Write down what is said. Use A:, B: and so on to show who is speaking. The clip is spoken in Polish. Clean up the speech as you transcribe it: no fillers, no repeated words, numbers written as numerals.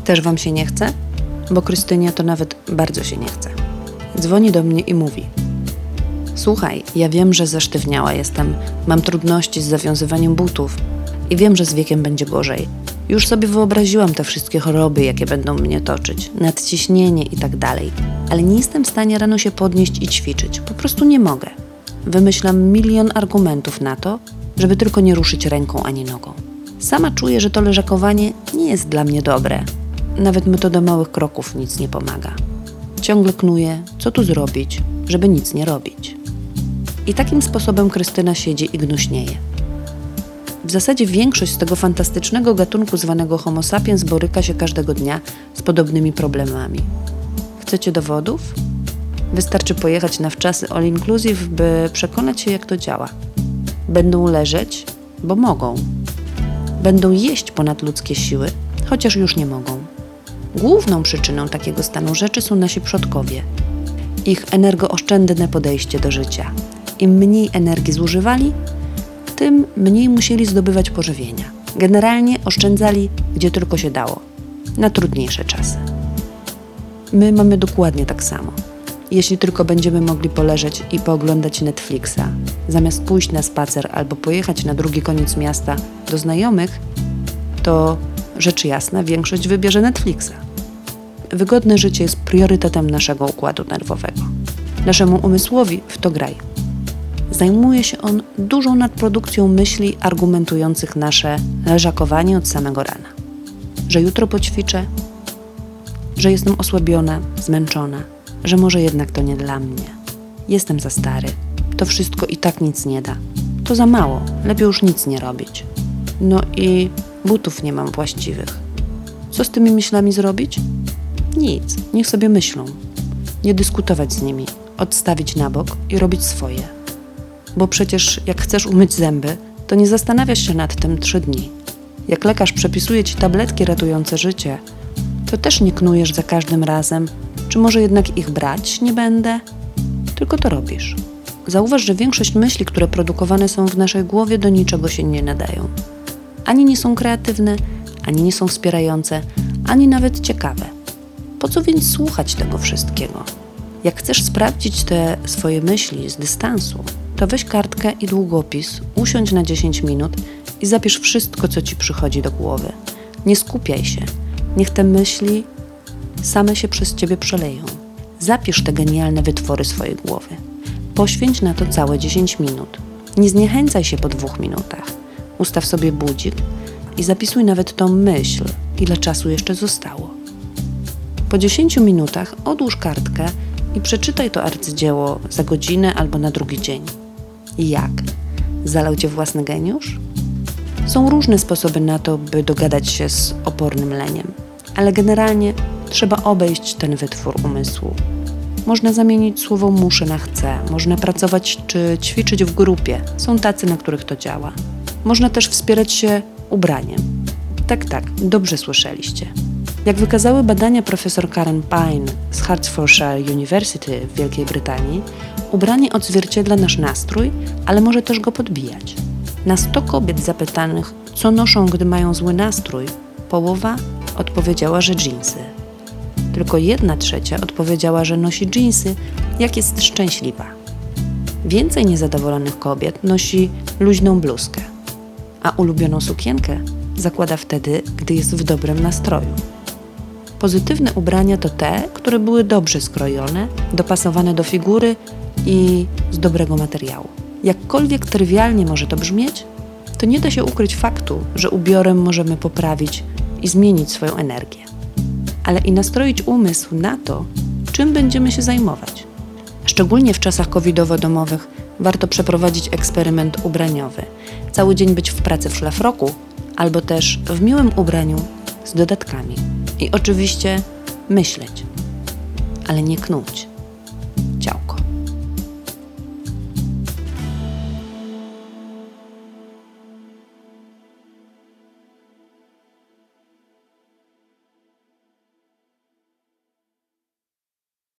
A: Też wam się nie chce? Bo Krystynie to nawet bardzo się nie chce. Dzwoni do mnie i mówi: słuchaj, ja wiem, że zesztywniała jestem, mam trudności z zawiązywaniem butów i wiem, że z wiekiem będzie gorzej. Już sobie wyobraziłam te wszystkie choroby, jakie będą mnie toczyć, nadciśnienie i tak dalej, ale nie jestem w stanie rano się podnieść i ćwiczyć, po prostu nie mogę. Wymyślam milion argumentów na to, żeby tylko nie ruszyć ręką ani nogą. Sama czuję, że to leżakowanie nie jest dla mnie dobre. Nawet metoda małych kroków nic nie pomaga. Ciągle knuję, co tu zrobić, żeby nic nie robić. I takim sposobem Krystyna siedzi i gnuśnieje. W zasadzie większość z tego fantastycznego gatunku zwanego Homo sapiens boryka się każdego dnia z podobnymi problemami. Chcecie dowodów? Wystarczy pojechać na wczasy all inclusive, by przekonać się, jak to działa. Będą leżeć, bo mogą. Będą jeść ponad ludzkie siły, chociaż już nie mogą. Główną przyczyną takiego stanu rzeczy są nasi przodkowie. Ich energooszczędne podejście do życia. Im mniej energii zużywali, tym mniej musieli zdobywać pożywienia. Generalnie oszczędzali, gdzie tylko się dało, na trudniejsze czasy. My mamy dokładnie tak samo. Jeśli tylko będziemy mogli poleżeć i pooglądać Netflixa, zamiast pójść na spacer albo pojechać na drugi koniec miasta do znajomych, to rzecz jasna większość wybierze Netflixa. Wygodne życie jest priorytetem naszego układu nerwowego. Naszemu umysłowi w to graj. Zajmuje się on dużą nadprodukcją myśli argumentujących nasze leżakowanie od samego rana. Że jutro poćwiczę, że jestem osłabiona, zmęczona, że może jednak to nie dla mnie. Jestem za stary, to wszystko i tak nic nie da. To za mało, lepiej już nic nie robić. No i butów nie mam właściwych. Co z tymi myślami zrobić? Nic, niech sobie myślą. Nie dyskutować z nimi, odstawić na bok i robić swoje. Bo przecież jak chcesz umyć zęby, to nie zastanawiasz się nad tym 3 dni. Jak lekarz przepisuje ci tabletki ratujące życie, to też nie knujesz za każdym razem, czy może jednak ich brać nie będę? Tylko to robisz. Zauważ, że większość myśli, które produkowane są w naszej głowie, do niczego się nie nadają. Ani nie są kreatywne, ani nie są wspierające, ani nawet ciekawe. Po co więc słuchać tego wszystkiego? Jak chcesz sprawdzić te swoje myśli z dystansu, to weź kartkę i długopis, usiądź na 10 minut i zapisz wszystko, co ci przychodzi do głowy. Nie skupiaj się. Niech te myśli same się przez ciebie przeleją. Zapisz te genialne wytwory swojej głowy. Poświęć na to całe 10 minut. Nie zniechęcaj się po 2 minutach. Ustaw sobie budzik i zapisuj nawet tą myśl, ile czasu jeszcze zostało. Po 10 minutach odłóż kartkę i przeczytaj to arcydzieło za godzinę albo na drugi dzień. Jak? Zalał cię własny geniusz? Są różne sposoby na to, by dogadać się z opornym leniem, ale generalnie trzeba obejść ten wytwór umysłu. Można zamienić słowo muszę na chcę, można pracować czy ćwiczyć w grupie, są tacy, na których to działa. Można też wspierać się ubraniem. Tak, dobrze słyszeliście. Jak wykazały badania profesor Karen Pine z Hertfordshire University w Wielkiej Brytanii, ubranie odzwierciedla nasz nastrój, ale może też go podbijać. Na 100 kobiet zapytanych, co noszą, gdy mają zły nastrój, połowa odpowiedziała, że dżinsy. Tylko 1/3 odpowiedziała, że nosi dżinsy, jak jest szczęśliwa. Więcej niezadowolonych kobiet nosi luźną bluzkę, a ulubioną sukienkę zakłada wtedy, gdy jest w dobrym nastroju. Pozytywne ubrania to te, które były dobrze skrojone, dopasowane do figury i z dobrego materiału. Jakkolwiek trywialnie może to brzmieć, to nie da się ukryć faktu, że ubiorem możemy poprawić i zmienić swoją energię. Ale i nastroić umysł na to, czym będziemy się zajmować. Szczególnie w czasach covidowo-domowych warto przeprowadzić eksperyment ubraniowy. Cały dzień być w pracy w szlafroku albo też w miłym ubraniu z dodatkami. I oczywiście myśleć, ale nie knuć. Ciałko.